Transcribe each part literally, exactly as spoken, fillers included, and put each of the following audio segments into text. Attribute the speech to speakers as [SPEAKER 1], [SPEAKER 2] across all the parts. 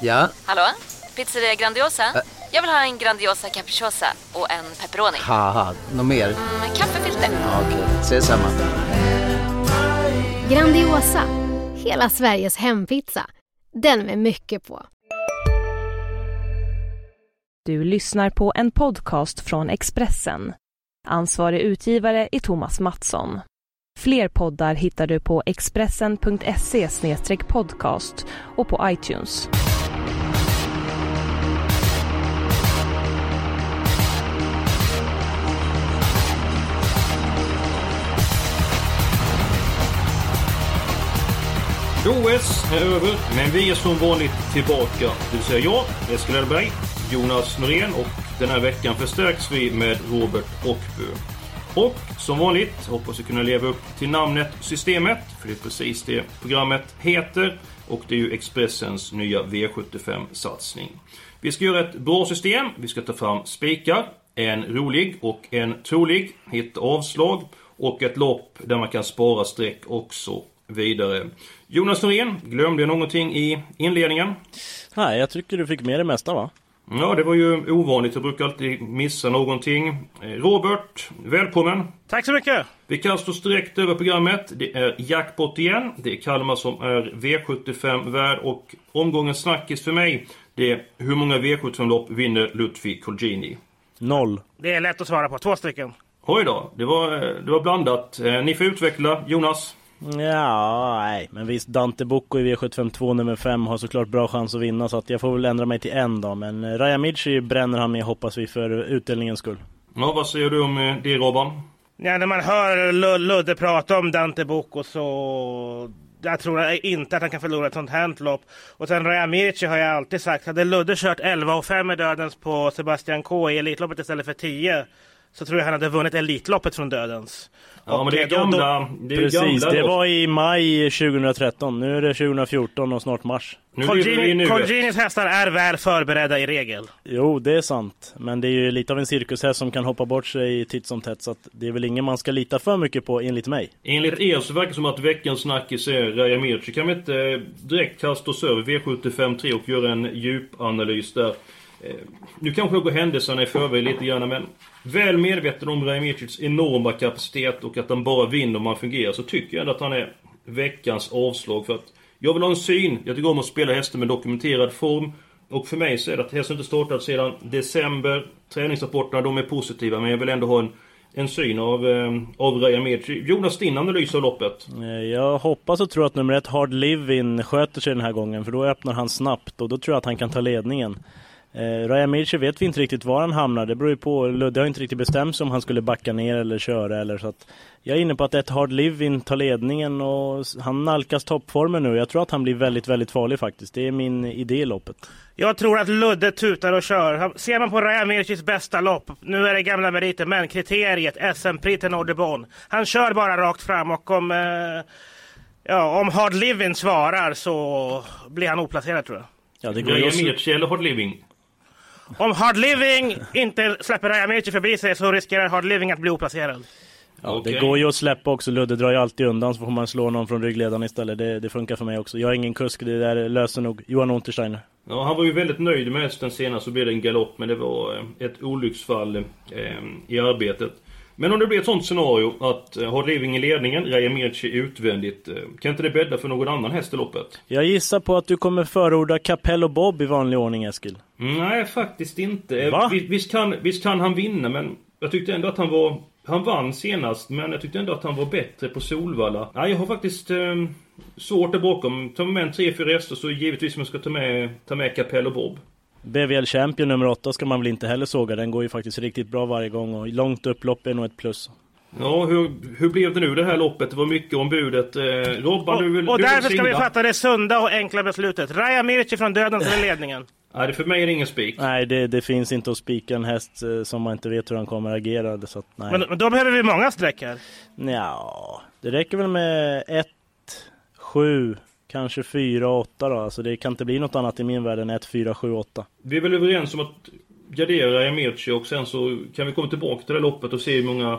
[SPEAKER 1] Ja?
[SPEAKER 2] Hallå? Pizzeria Grandiosa? Ä- Jag vill ha en Grandiosa capriciosa och en pepperoni.
[SPEAKER 1] Haha, något mer?
[SPEAKER 2] Mm, kaffefilter.
[SPEAKER 1] Ja, okej, okay. Ses samma.
[SPEAKER 3] Grandiosa, hela Sveriges hempizza. Den med mycket på.
[SPEAKER 4] Du lyssnar på en podcast från Expressen. Ansvarig utgivare är Thomas Mattsson. Fler poddar hittar du på expressen punkt se slash podcast och på iTunes.
[SPEAKER 5] O S är över, men vi är som vanligt tillbaka. Det vill säga jag, Eskil Elberg, Jonas Norén, och den här veckan förstärks vi med Robert Åkbö. Och som vanligt hoppas vi kunna leva upp till namnet Systemet, för det är precis det programmet heter, och det är ju Expressens nya V sjuttiofem-satsning. Vi ska göra ett bra system, vi ska ta fram spikar, en rolig och en trolig, hitta avslag och ett lopp där man kan spara streck också vidare. Jonas Norén, glömde jag någonting i inledningen?
[SPEAKER 6] Nej, jag tycker du fick med det mesta, va?
[SPEAKER 5] Ja, det var ju ovanligt. Jag brukar alltid missa någonting. Robert, välkommen.
[SPEAKER 7] Tack så mycket.
[SPEAKER 5] Vi kastar oss direkt över programmet. Det är jackpot igen. Det är Kalmar som är V sjuttiofem-värd. Och omgångens snackis för mig, det är hur många V sjuttiofem-lopp vinner Lutfi Colgjini?
[SPEAKER 6] Noll.
[SPEAKER 7] Det är lätt att svara på. Två stycken.
[SPEAKER 5] Oj då, det var, det var blandat. Ni får utveckla, Jonas.
[SPEAKER 6] Ja, nej. Men visst, Dante Bocco i V sjuttiofem två nummer fem har såklart bra chans att vinna, så att jag får väl ändra mig till en då. Men Raja Midji bränner han med, hoppas vi, för utdelningens skull.
[SPEAKER 5] Ja, vad säger du om det, Robban?
[SPEAKER 7] Ja, när man hör Ludde prata om Dante Bocco så... Jag tror inte att han kan förlora ett sånt här lopp. Och sen Raja Midji har jag alltid sagt, hade Ludde kört elva och fem i Dödens på Sebastian K i Elitloppet istället för tio, så tror jag han hade vunnit Elitloppet från Dödens.
[SPEAKER 5] Ja, men det är gamla... Det är
[SPEAKER 6] precis,
[SPEAKER 5] gamla
[SPEAKER 6] det
[SPEAKER 5] lopp.
[SPEAKER 6] var i maj tjugohundratretton. Nu är det tjugohundrafjorton och snart mars.
[SPEAKER 7] Colginis hästar är väl förberedda i regel.
[SPEAKER 6] Jo, det är sant. Men det är ju lite av en cirkushäst som kan hoppa bort sig titt som tätt. Så att det är väl ingen man ska lita för mycket på, enligt mig.
[SPEAKER 5] Enligt er så verkar det som att veckans snackis är Raja Midji. Kan vi inte direkt kasta oss över V sjuttiofem tre och göra en djupanalys där? Nu kanske jag går händelserna i förväg lite grann, men väl medveten om Raja Midjis enorma kapacitet och att han bara vinner om han fungerar, så tycker jag ändå att han är veckans avslag. För att jag vill ha en syn, jag tycker om att spela hästen med dokumenterad form, och för mig så är det att hästen inte startat sedan december. Träningsrapporterna, de är positiva, men jag vill ändå ha en, en syn av, eh, av Raja Midji. Jonas, din analys av loppet?
[SPEAKER 6] Jag hoppas och tror att nummer ett Hard Living sköter sig den här gången, för då öppnar han snabbt och då tror jag att han kan ta ledningen. Eh, Raja Midji vet vi inte riktigt var han hamnar. Det beror ju på, Ludde har inte riktigt bestämt sig om han skulle backa ner eller köra eller så att jag är inne på att ett Hard Living tar ledningen och han nalkas toppformen nu. Jag tror att han blir väldigt, väldigt farlig faktiskt. Det är min idé i loppet.
[SPEAKER 7] Jag tror att Ludde tutar och kör. Ser man på Raja Midjis bästa lopp, nu är det gamla meriter, men kriteriet S M-Prix till Nordebon. Han kör bara rakt fram, och om, eh, ja, om Hard Living svarar så blir han oplacerad, tror jag.
[SPEAKER 6] Ja, det går
[SPEAKER 5] Raja
[SPEAKER 6] ju...
[SPEAKER 5] Midji eller Hard Living?
[SPEAKER 7] Om Hard Living inte släpper Raja Midji förbi sig så riskerar Hard Living att bli oplacerad.
[SPEAKER 6] Ja,
[SPEAKER 5] okay.
[SPEAKER 6] Det går ju att släppa också. Ludde drar ju alltid undan, så får man slå någon från ryggledaren istället. Det, det funkar för mig också. Jag är ingen kusk, det där löser nog Johan Untersteiner.
[SPEAKER 5] Ja, han var ju väldigt nöjd med hästen senast, så blev det en galopp, men det var ett olycksfall eh, i arbetet. Men om det blir ett sånt scenario att eh, Hard Living i ledningen, Raja Midji utvändigt, eh, kan inte det bädda för någon annan häst i loppet?
[SPEAKER 6] Jag gissar på att du kommer förorda Capello Bob i vanlig ordning, Eskil.
[SPEAKER 5] Nej, faktiskt inte.
[SPEAKER 6] Va?
[SPEAKER 5] Visst, visst, kan, visst kan han vinna, men jag tyckte ändå att han var... Han vann senast, men jag tyckte ändå att han var bättre på Solvalla. Nej, jag har faktiskt eh, svårt där bakom. Ta med en tre fyra hästar, så givetvis man ska ta med, ta med Capello Bob.
[SPEAKER 6] B V L Champion nummer åtta ska man väl inte heller såga. Den går ju faktiskt riktigt bra varje gång, och långt upplopp är nog ett plus.
[SPEAKER 5] Ja, hur, hur blev det nu det här loppet? Det var mycket om budet. Eh, Robban,
[SPEAKER 7] och,
[SPEAKER 5] du vill,
[SPEAKER 7] och
[SPEAKER 5] du vill
[SPEAKER 7] därför ska
[SPEAKER 5] svinga.
[SPEAKER 7] vi fatta det sunda och enkla beslutet. Raja Midji från döden till ledningen.
[SPEAKER 5] Nej, det för mig är det ingen spik.
[SPEAKER 6] Nej, det, det finns inte att spika en häst eh, som man inte vet hur han kommer att agera. Så att, nej.
[SPEAKER 7] Men, men då behöver vi många streck här.
[SPEAKER 6] Ja, det räcker väl med ett, sju, kanske fyra, åtta då. Alltså det kan inte bli något annat i min värld än ett, fyra, sju, åtta.
[SPEAKER 5] Vi är väl överens om att gardera Raja Midji, och sen så kan vi komma tillbaka till det loppet och se hur många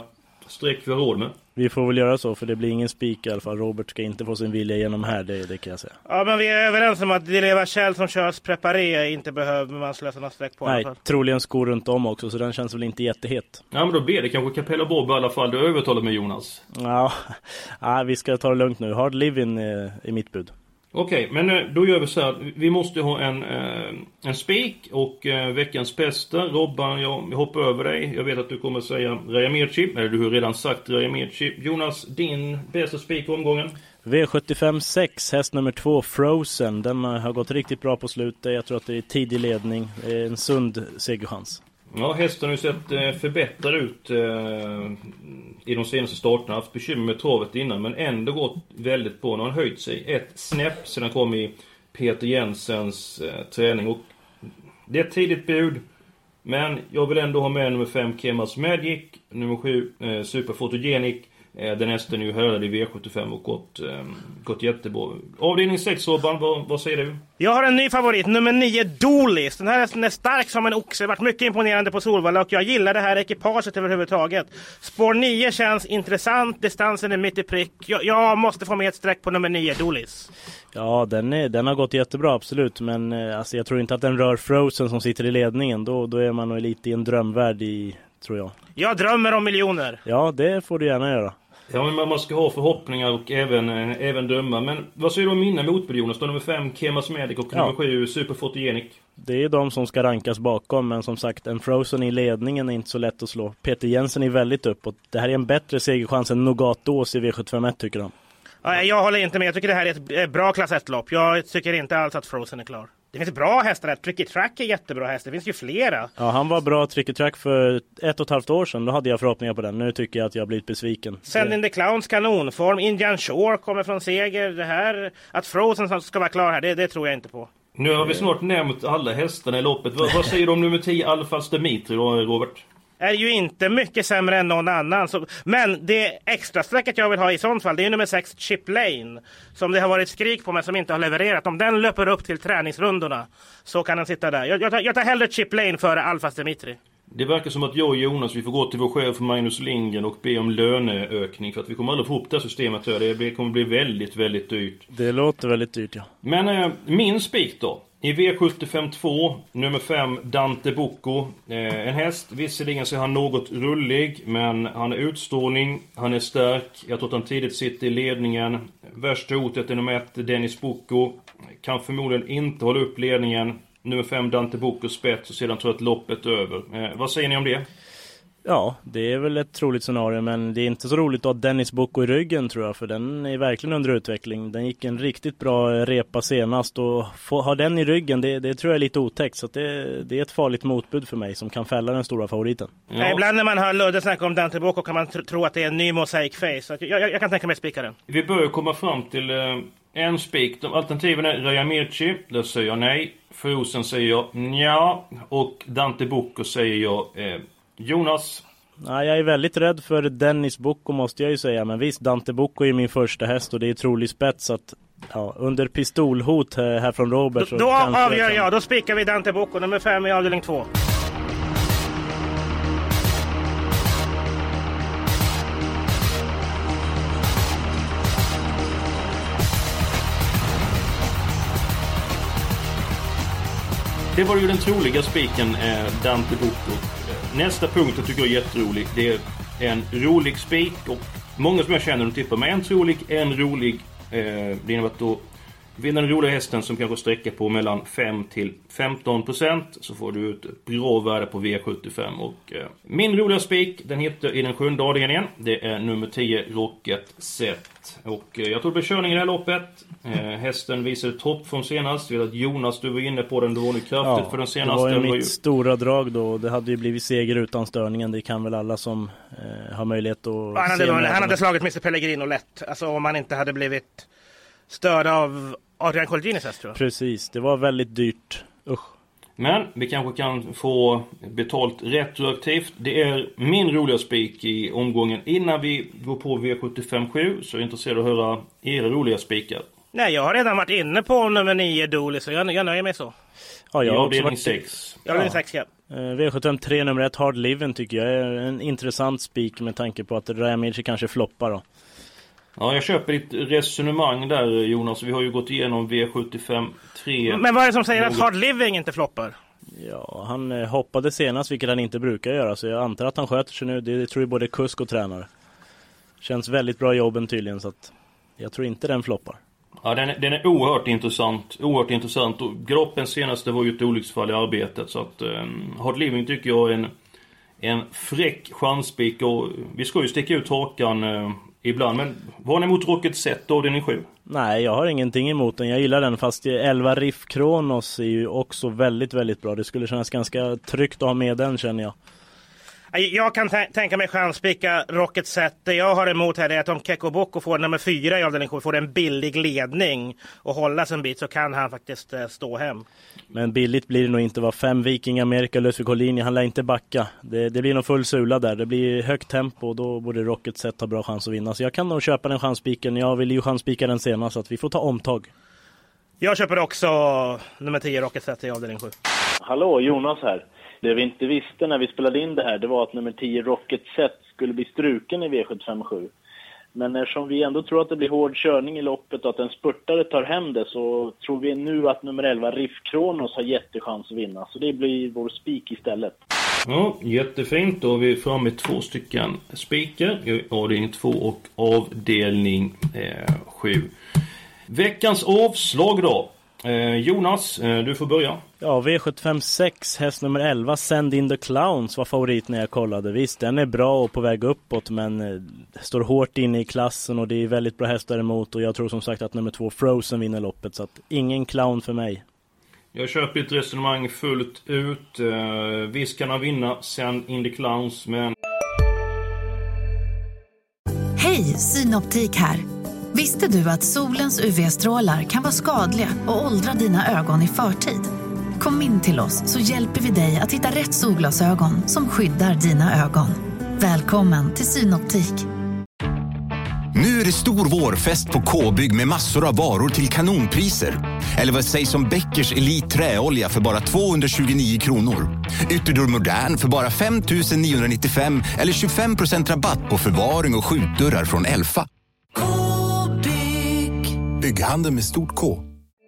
[SPEAKER 5] streck vi har råd med.
[SPEAKER 6] Vi får väl göra så, för det blir ingen spik i alla fall. Robert ska inte få sin vilja igenom här, det, det kan jag säga.
[SPEAKER 7] Ja, men vi är överens om att Dileva Shell som körs preparé inte behöver man slösa någon streck på.
[SPEAKER 6] Nej,
[SPEAKER 7] i alla fall.
[SPEAKER 6] troligen skor runt om också, så den känns väl inte jättehet.
[SPEAKER 5] Ja, men då blir det kanske Capella Bob i alla fall. Du har övertalat med Jonas.
[SPEAKER 6] Ja, ja, vi ska ta det lugnt nu. Hard Living är, är mitt bud.
[SPEAKER 5] Okej, men då gör vi så här. Vi måste ha en, en spik och veckans bästa. Robban, jag, jag hoppar över dig. Jag vet att du kommer säga Raja Mirchi. Eller du har redan sagt Raja Mirchi. Jonas, din bästa spik omgången?
[SPEAKER 6] V sjuttiofem sex, häst nummer två, Frozen. Den har gått riktigt bra på slutet. Jag tror att det är tidig ledning. Det är en sund segerchans.
[SPEAKER 5] Ja, hästen har ju sett eh, förbättrad ut eh, i de senaste starterna. Haft bekymmer med travet innan, men ändå gått väldigt bra. Nu har han höjt sig ett snäpp sedan han kom i Peter Jensens eh, träning. Och det är ett tidigt bud, men jag vill ändå ha med nummer fem, Kemas Magic. Nummer sju, eh, Super Photogenic. Eh, den hästen är ju hörd i V sjuttiofem och gått, eh, gått jättebra. Avdelning sex, Robban, vad, vad säger du?
[SPEAKER 7] Jag har en ny favorit, nummer nio, Dolis. Den här hästen är stark som en oxe, varit mycket imponerande på Solvalla och jag gillar det här ekipaget överhuvudtaget. Spår nio känns intressant, distansen är mitt i prick. Jag, jag måste få med ett streck på nummer nio, Dolis.
[SPEAKER 6] Ja, den, är, den har gått jättebra, absolut. Men eh, alltså, jag tror inte att den rör Frozen som sitter i ledningen. Då, då är man nog lite i en drömvärld i, tror jag.
[SPEAKER 7] Jag drömmer om miljoner.
[SPEAKER 6] Ja, det får du gärna göra.
[SPEAKER 5] Ja, men man ska ha förhoppningar och även, eh, även drömmar. Men vad säger du om mina motbud, Jonas? Då nummer fem, Kemas Medic, och
[SPEAKER 6] ja.
[SPEAKER 5] nummer sju, Super Photogenic.
[SPEAKER 6] Det är de som ska rankas bakom, men som sagt, en Frozen i ledningen är inte så lätt att slå. Peter Jensen är väldigt uppåt. Det här är en bättre segerchans än Nogatos i V sjuttiofem ett, tycker de.
[SPEAKER 7] Ja, jag håller inte med. Jag tycker det här är ett bra klass ett-lopp. Jag tycker inte alls att Frozen är klar. Det finns bra hästar här. Tricky Track är jättebra hästar. Det finns ju flera.
[SPEAKER 6] Ja, han var bra Tricky Track för ett och ett halvt år sedan. Då hade jag förhoppningar på den. Nu tycker jag att jag har blivit besviken.
[SPEAKER 7] Send in the Clowns kanonform. Indian Shore kommer från seger. Det här, att Frozen ska vara klar här, det, det tror jag inte på.
[SPEAKER 5] Nu har vi snart nämnt alla hästarna i loppet. Vad, vad säger du om nummer tio, Alfals Dimitri då, Robert?
[SPEAKER 7] Är ju inte mycket sämre än någon annan. Så, men det extra sträcket jag vill ha i sånt fall, det är nummer sex, Chip Lane. Som det har varit skrik på men som inte har levererat. Om den löper upp till träningsrundorna så kan den sitta där. Jag, jag, tar, jag tar hellre Chip Lane före Alfas Dimitri.
[SPEAKER 5] Det verkar som att jag och Jonas, vi får gå till vår chef Magnus Lindgren och be om löneökning. För att vi kommer aldrig få ihop det här systemet. Det kommer bli väldigt, väldigt dyrt.
[SPEAKER 6] Det låter väldigt dyrt, ja.
[SPEAKER 5] Men äh, min spik då. I V sjuttiofem två, nummer fem, Dante Bocco. Eh, en häst, visserligen så är han något rullig, men han är utstrålning, han är stark. Jag tror att han tidigt sitter i ledningen. Värsta hotet är nummer ett, Dennis Bocco. Kan förmodligen inte hålla upp ledningen. Nummer fem, Dante Bocco spets, och sedan tror jag att loppet är över. Eh, vad säger ni om det?
[SPEAKER 6] Ja, det är väl ett troligt scenario, men det är inte så roligt att ha Dennis Bocco i ryggen, tror jag, för den är verkligen under utveckling. Den gick en riktigt bra repa senast, och få, ha den i ryggen, det, det tror jag är lite otäckt, så det, det är ett farligt motbud för mig som kan fälla den stora favoriten.
[SPEAKER 5] Ja.
[SPEAKER 7] Ja, ibland när man hör Ludde snacka om Dante Bocco kan man tr- tro att det är en ny mosaic face. Så jag, jag, jag kan tänka mig spika den.
[SPEAKER 5] Vi börjar komma fram till eh, en spik. De alternativen är Raja Mirchi, där säger jag nej. Frozen säger jag ja. Och Dante Bocco säger jag eh, Jonas.
[SPEAKER 6] Ja, jag är väldigt rädd för Dennis Bocco, måste jag ju säga. Men visst, Dante Bocco är min första häst och det är trolig spets. Att, ja, under pistolhot här från Robert.
[SPEAKER 7] Då, då avgör jag, då spikar vi Dante Bocco, nummer fem i avdelning två.
[SPEAKER 5] Det var ju den troliga spiken, eh, Dante Bocco. Nästa punkt jag tycker jag är jätterolig. Det är en rolig spik, och många som jag känner de tippar med en trolig, en rolig. Eh, det innebär att då vinner den roliga hästen som kanske sträcker på mellan fem till femton procent, så får du ett bra värde på V sjuttiofem. Och eh, min roliga spik, den heter i den sjunde avdelningen. Det är nummer tio, Rocket Set. Och eh, jag tror det blir körning i det här loppet. Eh, hästen visade topp från senast. Jag vet att Jonas, du var inne på den, du var nu kraftigt
[SPEAKER 6] ja,
[SPEAKER 5] för den senaste.
[SPEAKER 6] Det var ju mitt
[SPEAKER 5] var ju...
[SPEAKER 6] stora drag då. Det hade ju blivit seger utan störningen. Det kan väl alla som eh, har möjlighet att
[SPEAKER 7] han hade,
[SPEAKER 6] se.
[SPEAKER 7] Han hade slagit mister Pellegrino lätt. Alltså om han inte hade blivit störd av Adrian Colginis häst, tror jag.
[SPEAKER 6] Precis, det var väldigt dyrt. Usch.
[SPEAKER 5] Men vi kanske kan få betalt retroaktivt. Det är min roliga spik i omgången. Innan vi går på V sjuttiofem sju så är jag intresserad av att höra era roliga spikar.
[SPEAKER 7] Nej, jag har redan varit inne på nummer nio Dooley, så jag, jag nöjer mig så.
[SPEAKER 6] Ja, jag har också
[SPEAKER 5] avdelning
[SPEAKER 6] varit...
[SPEAKER 5] sex.
[SPEAKER 7] Jag har ja. sex, ja.
[SPEAKER 6] V sjuttiofem tre nummer ett Hard Living tycker jag är en intressant spik med tanke på att Ramirci kanske floppar då.
[SPEAKER 5] Ja, jag köper ditt resonemang där, Jonas. Vi har ju gått igenom V sjuttiofem tre.
[SPEAKER 7] Men vad är det som säger något... att Hard Living inte floppar?
[SPEAKER 6] Ja, han eh, hoppade senast, vilket han inte brukar göra. Så jag antar att han sköter sig nu. Det, det tror jag både kusk och tränare. Känns väldigt bra i jobben tydligen, så att jag tror inte den floppar.
[SPEAKER 5] Ja, den är, den är oerhört intressant. Oerhört intressant. Och Groppen senaste var ju ett olycksfall i arbetet. Så att um, Hard Living tycker jag är en, en fräck chanspik. Och vi ska ju sticka ut hakan uh, ibland. Men vad har ni emot Rocket Set då, den är sju?
[SPEAKER 6] Nej, jag har ingenting emot den. Jag gillar den, fast elva Riff Kronos är ju också väldigt, väldigt bra. Det skulle kännas ganska tryggt att ha med den, känner jag.
[SPEAKER 7] Jag kan t- tänka mig chanspika Rocket Set. Det jag har emot här är att om Kekko Boko får nummer fyra i avdelning sju, får en billig ledning och hållas en bit, så kan han faktiskt eh, stå hem.
[SPEAKER 6] Men billigt blir det nog inte. Var fem Viking Amerika Ludvig Collini, han lär inte backa. Det, det blir nog full sula där. Det blir högt tempo och då borde Rocket Set ha bra chans att vinna. Så jag kan nog köpa den chanspiken. Jag vill ju chanspika den senast, så att vi får ta omtag.
[SPEAKER 7] Jag köper också nummer tio Rocket Set i avdelning sju.
[SPEAKER 8] Hallå, Jonas här. Det vi inte visste när vi spelade in det här, det var att nummer tio Rocket Set skulle bli struken i V sjuttiofem sju. Men eftersom vi ändå tror att det blir hård körning i loppet och att en spurtare tar hem det, så tror vi nu att nummer elva Riff Kronos har jättechans att vinna. Så det blir vår spik istället.
[SPEAKER 5] Ja, jättefint. Då är vi framme med två stycken spiker i avdelning två och avdelning eh, sju. Veckans avslag då. Eh, Jonas, eh, du får börja.
[SPEAKER 6] Ja, V sjuttiofem sex, häst nummer elva, Send in the Clowns var favorit när jag kollade. Visst, den är bra och på väg uppåt, men eh, står hårt inne i klassen och det är väldigt bra hästar emot. Och jag tror som sagt att nummer två Frozen vinner loppet, så att ingen clown för mig.
[SPEAKER 5] Jag köper ett resonemang fullt ut. Eh, visst kan han vinna Send in the Clowns, men...
[SPEAKER 9] Hej, Synoptik här. Visste du att solens U V-strålar kan vara skadliga och åldra dina ögon i förtid? Kom in till oss så hjälper vi dig att hitta rätt solglasögon som skyddar dina ögon. Välkommen till Synoptik.
[SPEAKER 10] Nu är det stor vårfest på K-bygg med massor av varor till kanonpriser. Eller vad sägs om Bäckers Elite träolja för bara tvåhundratjugonio kronor. Ytterdörr Modern för bara fem tusen niohundranittiofem eller tjugofem procent rabatt på förvaring och skjutdörrar från Elfa. K-bygg. Bygghandel med stort K.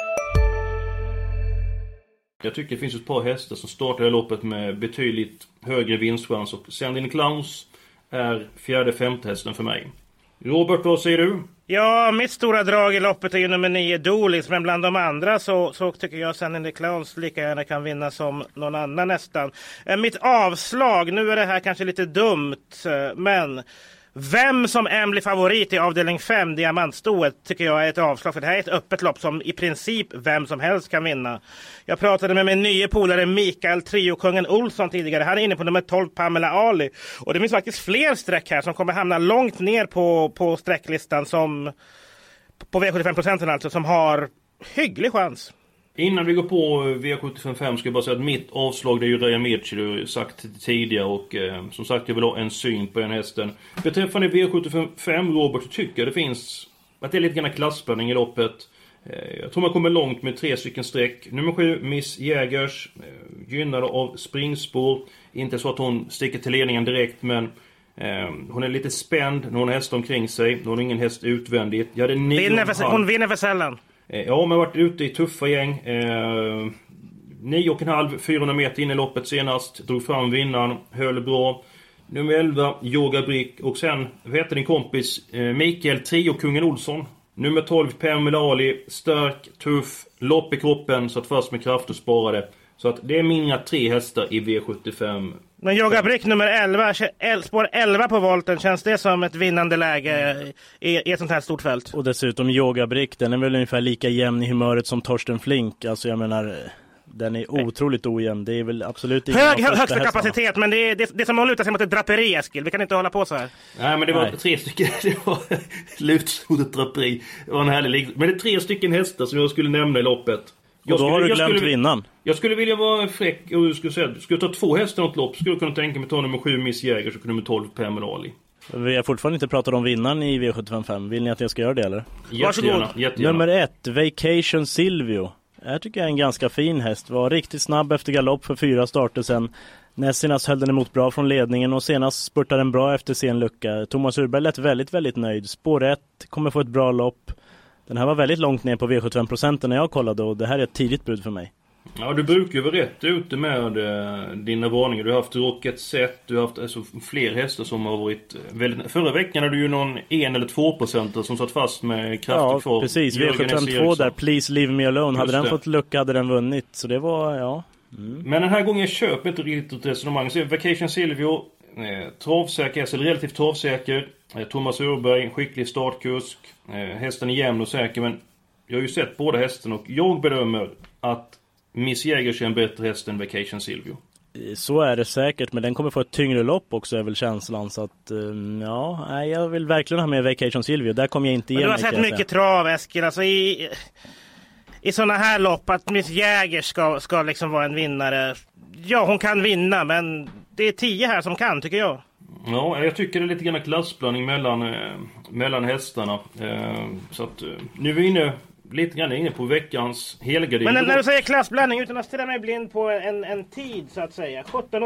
[SPEAKER 5] Jag tycker det finns ett par hästar som startar det loppet med betydligt högre vinstchans, och Send in the Clowns är fjärde femte hästen för mig. Robert, vad säger du?
[SPEAKER 7] Ja, mitt stora drag i loppet är ju nummer nio Doolys, men bland de andra så, så tycker jag Send in the Clowns lika gärna kan vinna som någon annan nästan. Eh, mitt avslag, nu är det här kanske lite dumt, eh, men vem som än blir favorit i avdelning fem, diamantstoet, tycker jag är ett avslag, för det här är ett öppet lopp som i princip vem som helst kan vinna. Jag pratade med min nya polare Mikael Trio-kungen Olsson tidigare. Han är inne på nummer tolv Pamela Ali, och det finns faktiskt fler streck här som kommer hamna långt ner på, på sträcklistan, som på V sjuttiofem procent alltså, som har hygglig chans.
[SPEAKER 5] Innan vi går på V sjuttiofem fem ska jag bara säga att mitt avslag, det är ju Ramirci, det har jag sagt tidigare, och eh, som sagt jag vill ha en syn på den hästen. Beträffande V sjuttiofem fem, Robert, tycker det finns att det är lite grann klassblandning i loppet. Eh, jag tror man kommer långt med tre stycken streck. Nummer sju, Miss Jägers, eh, gynnad av springspår. Inte så att hon sticker till ledningen direkt, men eh, hon är lite spänd när hon har häst omkring sig. Hon har ingen häst utvändigt. Jag hade
[SPEAKER 7] vinner för, hon vinner för sällan.
[SPEAKER 5] Ja, man har varit ute i tuffa gäng. Eh, nio och en halv, fyrahundra meter in i loppet senast. Drog fram vinnaren, höll bra. Nummer elva, Yoga Brick. Och sen, vad heter din kompis? Eh, Mikael Trio-kungen Olsson. Nummer tolv, Pamela Ali. Stark, tuff, lopp i kroppen. Satt fast med kraft och sparade. Så att det är mina tre hästar i V sjuttiofem.
[SPEAKER 7] Men Yoga Brick nummer elva, spår elva på volten, känns det som ett vinnande läge i, i ett sånt här stort fält?
[SPEAKER 6] Och dessutom Yoga Brick, den är väl ungefär lika jämn i humöret som Torsten Flink. Alltså jag menar, den är otroligt ojämn. Det är väl absolut inte
[SPEAKER 7] hög högsta hästarna. Kapacitet, men det är, det, det är som att luta sig mot ett draperi, Eskil. Vi kan inte hålla på så här.
[SPEAKER 5] Nej, men det var Nej. tre stycken. Det var lut mot ett draperi. Det var en härlig. Men det är tre stycken hästar som jag skulle nämna i loppet.
[SPEAKER 6] Jag och då skulle, har du glömt
[SPEAKER 5] skulle,
[SPEAKER 6] vinnan.
[SPEAKER 5] Jag skulle vilja vara fräck och skulle säga, skulle ta två hästar åt lopp, skulle kunna tänka mig ta nummer sju Miss Jäger, så kunde nummer tolv Pamela Ali.
[SPEAKER 6] Vi har fortfarande inte pratat om vinnaren i V sjuttiofem fem. Vill ni att jag ska göra det eller?
[SPEAKER 5] Jättegärna, jättegärna.
[SPEAKER 6] Nummer ett, Vacation Silvio. Jag tycker jag är en ganska fin häst. Var riktigt snabb efter galopp för fyra starter sen. Nästinast höll den emot bra från ledningen och senast spurtade den bra efter sen lucka. Thomas Urberg lät väldigt, väldigt nöjd. Spår ett, kommer få ett bra lopp. Den här var väldigt långt ner på V sjuttiofem procent när jag kollade och det här är ett tidigt bud för mig.
[SPEAKER 5] Ja, du brukar ju vara rätt ute med eh, dina varningar. Du har haft Rocket Set, du har haft alltså, fler hästar som har varit väldigt... Förra veckan hade du ju någon en eller två procent som satt fast med kraftigt kvar.
[SPEAKER 6] Ja, precis. V sjuttiofem två där, Please Leave Me Alone. Hade den fått lucka hade den vunnit. Så det var, ja... Mm.
[SPEAKER 5] Men den här gången köper jag inte riktigt ett resonemang. Så Vacation Silvio, eh, travsäker, eller relativt travsäker. Eh, Thomas Urberg, skicklig startkusk. Eh, hästen är jämn och säker, men jag har ju sett båda hästen och jag bedömer att Miss Jägers är en bättre häst än Vacation Silvio.
[SPEAKER 6] Så är det säkert, men den kommer få ett tyngre lopp också är väl känslan. Så att, ja, jag vill verkligen ha med Vacation Silvio. Där kommer jag inte igen.
[SPEAKER 7] Du har sett mycket trav, Eskil. Alltså i, i sådana här lopp att Miss Jäger ska, ska liksom vara en vinnare. Ja, hon kan vinna, men det är tio här som kan, tycker jag.
[SPEAKER 5] Ja, jag tycker det är lite grann klassblandning mellan, eh, mellan hästarna. Eh, så att, eh, nu är vi inne... lite grann inne på veckans helgardin.
[SPEAKER 7] Men när, när du säger klassblandning, utan att ställa mig blind på en, en tid så att säga. sjutton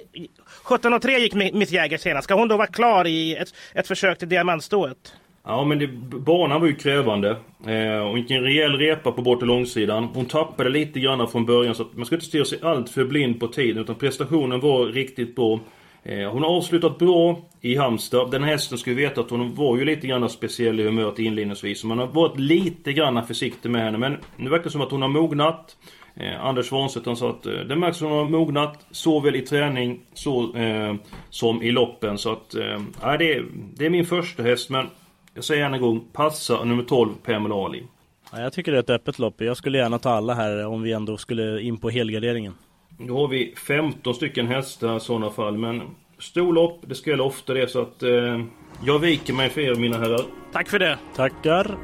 [SPEAKER 7] och tre gick Miss Jäger senast. Ska hon då vara klar i ett, ett försök till diamantstået?
[SPEAKER 5] Ja, men det, banan var ju krävande. Eh, och inte en rejäl repa på bort- och långsidan. Hon tappade lite grann från början, så att man ska inte stirra sig allt för blind på tiden, utan prestationen var riktigt bra. Eh, hon har avslutat bra i Halmstad. Den hästen ska ju veta att hon var ju lite grann speciell i humöret inledningsvis. Man har varit lite grann försiktig med henne. Men nu verkar det som att hon har mognat. eh, Anders Svanstedt han sa att eh, det märks att hon har mognat såväl i träning så, eh, som i loppen. Så att eh, det, är, det är min första häst. Men jag säger en gång, passa nummer tolv, Pamela Ali.
[SPEAKER 6] Ja, jag tycker det är ett öppet lopp. Jag skulle gärna ta alla här om vi ändå skulle in på helgarderingen.
[SPEAKER 5] Då har vi femton stycken hästar i sådana fall. Men storlopp, det ska gälla ofta det. Så att eh, jag viker mig för er, mina herrar.
[SPEAKER 7] Tack för det.
[SPEAKER 6] Tackar.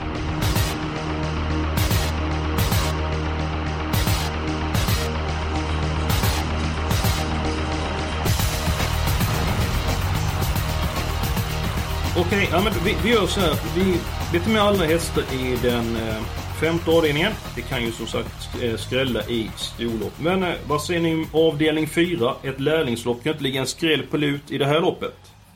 [SPEAKER 5] Okej, okay, ja, men vi, vi gör så här. Vi vet med alla hästar i den eh, femte avdelningen. Det kan ju som sagt eh, skrälla i storlopp. Men eh, vad säger ni om avdelning fyra? Ett lärlingslopp, kan inte ligga en skräll på lut i det här loppet?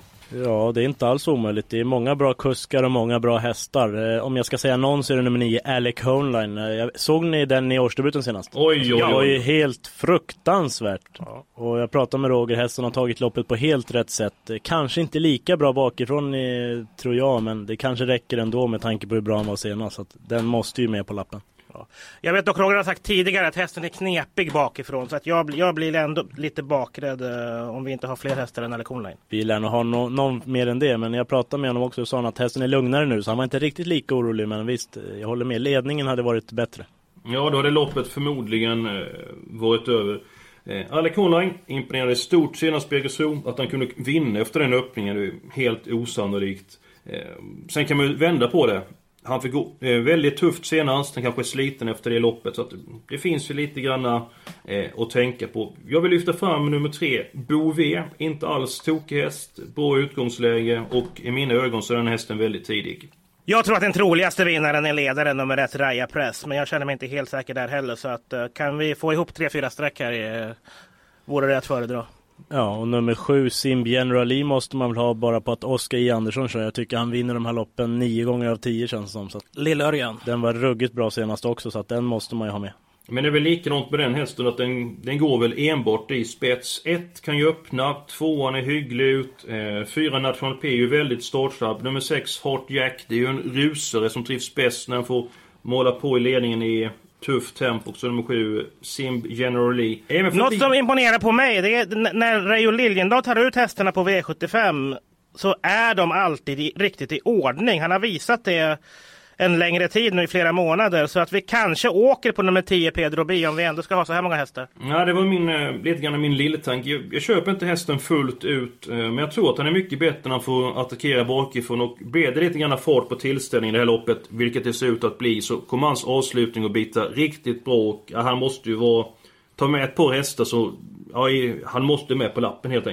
[SPEAKER 6] Ja, det är inte alls omöjligt. Det är många bra kuskar och många bra hästar. Eh, om jag ska säga någon så är det nummer nio, Alec Homeline. Eh, såg ni den i årsdebuten senast?
[SPEAKER 5] Oj, oj, oj.
[SPEAKER 6] Det var ju helt fruktansvärt. Ja. Och jag pratade med Roger, hästen har tagit loppet på helt rätt sätt. Eh, kanske inte lika bra bakifrån eh, tror jag, men det kanske räcker ändå med tanke på hur bra han var senast. Så att den måste ju med på lappen.
[SPEAKER 7] Ja. Jag vet dock, Roger har sagt tidigare att hästen är knepig bakifrån, så att jag, jag blir ändå lite bakrädd uh, om vi inte har fler hästar än Alec Homeline.
[SPEAKER 6] Vi lär nog ha no- någon mer än det, men jag pratade med honom också och sa att hästen är lugnare nu, så han var inte riktigt lika orolig, men visst, jag håller med, ledningen hade varit bättre.
[SPEAKER 5] Ja, då hade loppet förmodligen eh, varit över. eh, Alec Homeline imponerade stort senast på Jägersro. Att han kunde vinna efter den öppningen är helt osannolikt. eh, Sen kan man ju vända på det. Han fick gå eh, väldigt tufft senast. Han kanske är sliten efter det loppet. Så att det finns ju lite grann eh, att tänka på. Jag vill lyfta fram nummer tre, Bové. Inte alls tokig häst. Bra utgångsläge. Och i mina ögon så är den hästen väldigt tidig.
[SPEAKER 7] Jag tror att den troligaste vinnaren är ledaren nummer ett, Raya Press. Men jag känner mig inte helt säker där heller. Så att, uh, kan vi få ihop tre, fyra streck här uh, vore det att föredra.
[SPEAKER 6] Ja, och nummer sju, Sim Generali, måste man väl ha bara på att Oskar I. Andersson kör. Jag tycker han vinner de här loppen nio gånger av tio känns som. Så att
[SPEAKER 7] Lillörjan.
[SPEAKER 6] Den var ruggigt bra senast också, så att den måste man ju ha med.
[SPEAKER 5] Men det är väl likadant med den hästen att den, den går väl enbart i spets. Ett kan ju öppna, tvåan är hygglig ut, eh, fyra National P är ju väldigt startsnabb. Nummer sex, Heart Jack, det är ju en rusare som trivs bäst när han får måla på i ledningen i tufft tempo. Och så nummer sju, Sim Generali.
[SPEAKER 7] Något som imponerar på mig, det är när Reijo Liljendahl tar ut hästarna på V sjuttiofem så är de alltid i, riktigt i ordning. Han har visat det en längre tid nu i flera månader, så att vi kanske åker på nummer tio, Pedro B, om vi ändå ska ha så här många hästar.
[SPEAKER 5] Ja, det var min, lite grann min lilletanke. Jag, jag köper inte hästen fullt ut, men jag tror att han är mycket bättre när han får attackera bakifrån, och blir det lite grann fart på tillställningen i det här loppet, vilket det ser ut att bli, så kommer hans avslutning att bita riktigt bra, och ja, han måste ju vara ta med ett par hästar, så ja, han måste med på lappen helt enkelt.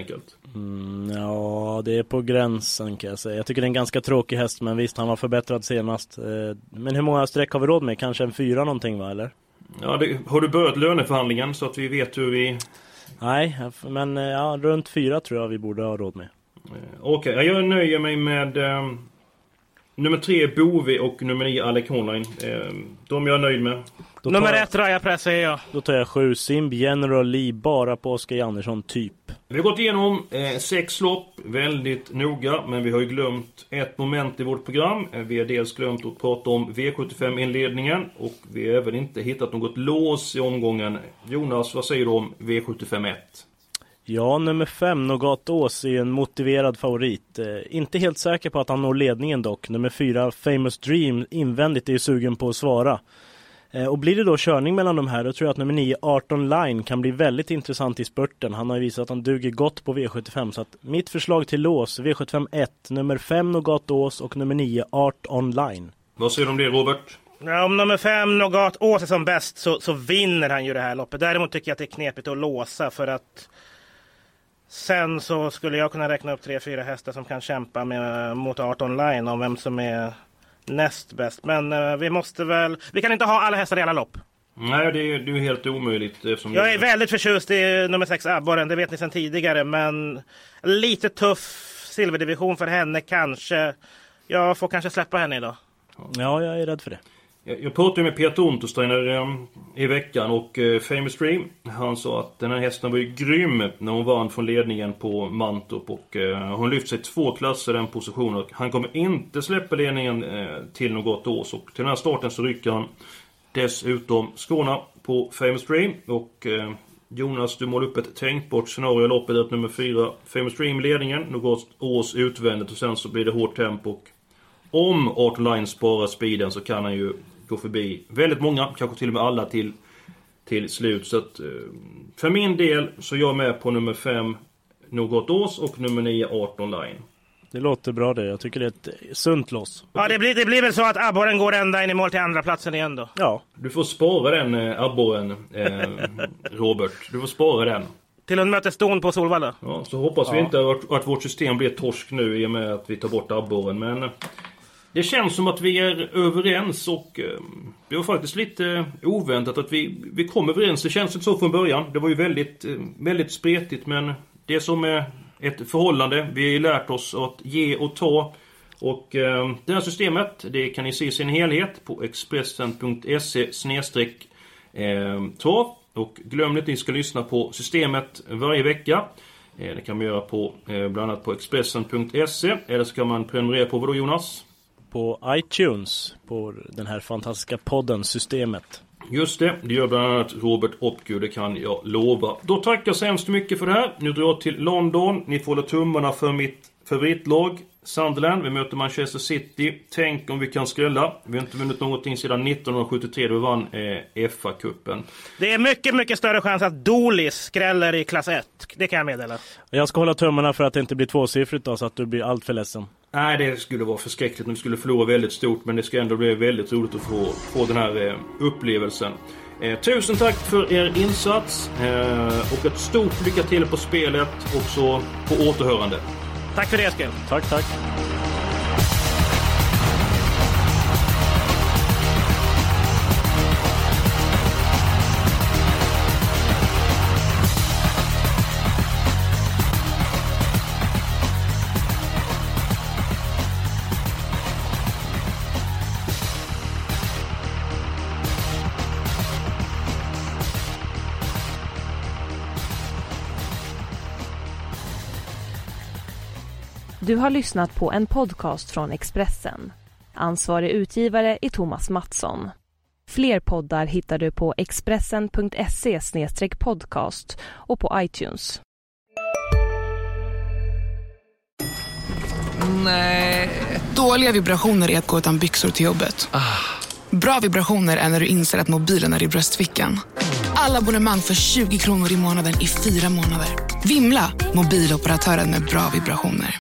[SPEAKER 6] Mm, ja, det är på gränsen kan jag säga. Jag tycker det är en ganska tråkig häst, men visst, han var förbättrad senast. Eh, men hur många streck har vi råd med? Kanske en fyra någonting, va, eller?
[SPEAKER 5] Ja, det, har du börjat löneförhandlingen så att vi vet hur vi...
[SPEAKER 6] Nej, men ja, runt fyra tror jag vi borde ha råd med.
[SPEAKER 5] Eh, Okej, okay, jag nöjer mig med eh, nummer tre Bovi och nummer nio Alec Online. Eh, de är jag nöjd med.
[SPEAKER 7] Då nummer ett Raja Press är jag.
[SPEAKER 6] Då tar jag sju Simb General Lee bara på Oskar Andersson typ.
[SPEAKER 5] Vi har gått igenom eh, sex lopp väldigt noga, men vi har ju glömt ett moment i vårt program. Eh, vi har dels glömt att prata om V sjuttiofem-inledningen och vi har även inte hittat något lås i omgången. Jonas, vad säger du om V sjuttiofem ett?
[SPEAKER 6] Ja, nummer fem Nogat Ås är en motiverad favorit. Eh, inte helt säker på att han når ledningen dock. Nummer fyra Famous Dream invändigt är ju sugen på att svara. Eh, och blir det då körning mellan de här, då tror jag att nummer nio arton Line kan bli väldigt intressant i spurten. Han har ju visat att han duger gott på V sjuttiofem. Så att mitt förslag till lås, V sjuttiofem ett, nummer fem Nogat Ås och nummer nio arton Line.
[SPEAKER 5] Vad säger du om det, Robert?
[SPEAKER 7] Ja, om nummer fem Nogat Ås är som bäst så, så vinner han ju det här loppet. Däremot tycker jag att det är knepigt att låsa, för att sen så skulle jag kunna räkna upp tre, fyra hästar som kan kämpa med, mot arton Line om vem som är näst bäst. Men uh, vi måste väl... Vi kan inte ha alla hästar i alla lopp.
[SPEAKER 5] Nej, det är, det är helt omöjligt. Eftersom
[SPEAKER 7] jag
[SPEAKER 5] det...
[SPEAKER 7] är väldigt förtjust i nummer sex Abborren, det vet ni sedan tidigare. Men lite tuff silverdivision för henne kanske. Jag får kanske släppa henne idag.
[SPEAKER 6] Ja, jag är rädd för det.
[SPEAKER 5] Jag, jag pratade med Peter Untersteiner um, i veckan och uh, Famous Dream. Han sa att den här hästen var ju grym när hon vann från ledningen på Mantorp. Och uh, hon lyft sig två klasser i den positionen. Han kommer inte släppa ledningen uh, till något års. Och till den här starten så rycker han dessutom Skåna på Famous Dream. Och uh, Jonas, du målar upp ett tänkbart scenario i loppet att nummer fyra Famous Dream ledningen. Något års utvändigt och sen så blir det hårt tempo. Och om arton Line sparar speeden så kan han ju gå förbi väldigt många, kanske till och med alla till, till slut. Så att, för min del så är jag med på nummer fem Något Ås och nummer nio arton Line.
[SPEAKER 6] Det låter bra det, jag tycker det är ett sunt loss.
[SPEAKER 7] Ja, det blir, det blir väl så att Abborren går ända in i mål till andra platsen igen då.
[SPEAKER 6] Ja.
[SPEAKER 5] Du får spara den eh, Abborren, eh, Robert. Du får spara den.
[SPEAKER 7] Till en möteston på Solvalla.
[SPEAKER 5] Ja, så hoppas ja. vi inte att, att vårt system blir torsk nu i och med att vi tar bort Abborren. Men det känns som att vi är överens och eh, det var faktiskt lite oväntat att vi, vi kom överens. Det känns inte så från början. Det var ju väldigt, eh, väldigt spretigt, men det som är ett förhållande. Vi har lärt oss att ge och ta. Och eh, det här systemet, det kan ni se i sin helhet på expressen punkt se snedstreck trav. Och glöm inte att ni ska lyssna på systemet varje vecka. Eh, det kan man göra på, eh, bland annat på expressen punkt se. Eller så kan man prenumerera på vad då, Jonas?
[SPEAKER 6] På iTunes, på den här fantastiska podden, systemet.
[SPEAKER 5] Just det, det gör bland annat Robert Opku, det kan jag lova. Då tackar jag så hemskt mycket för det här. Nu drar jag till London. Ni får hålla tummarna för mitt favoritlag Sunderland. Vi möter Manchester City. Tänk om vi kan skrälla. Vi har inte vunnit någonting sedan nittonhundrasjuttiotre då vi vann eh, F A-cupen.
[SPEAKER 7] Det är mycket, mycket större chans att Dolis skräller i klass ett. Det kan jag meddela.
[SPEAKER 6] Jag ska hålla tummarna för att det inte blir tvåsiffrigt då, så att du blir allt för ledsen.
[SPEAKER 5] Nej, det skulle vara förskräckligt om vi skulle förlora väldigt stort. Men det ska ändå bli väldigt roligt att få, få den här eh, upplevelsen. Eh, tusen tack för er insats. Eh, och ett stort lycka till på spelet. Också på återhörande.
[SPEAKER 7] Tack för det, Eskil.
[SPEAKER 6] Tack, tack.
[SPEAKER 4] Du har lyssnat på en podcast från Expressen. Ansvarig utgivare är Thomas Mattsson. Fler poddar hittar du på expressen punkt se snedstreck podcast och på iTunes.
[SPEAKER 11] Nej. Dåliga vibrationer är att gå utan byxor till jobbet. Bra vibrationer är när du inser att mobilen är i bröstfickan. Alla abonnemang för tjugo kronor i månaden i fyra månader. Vimla, mobiloperatören med bra vibrationer.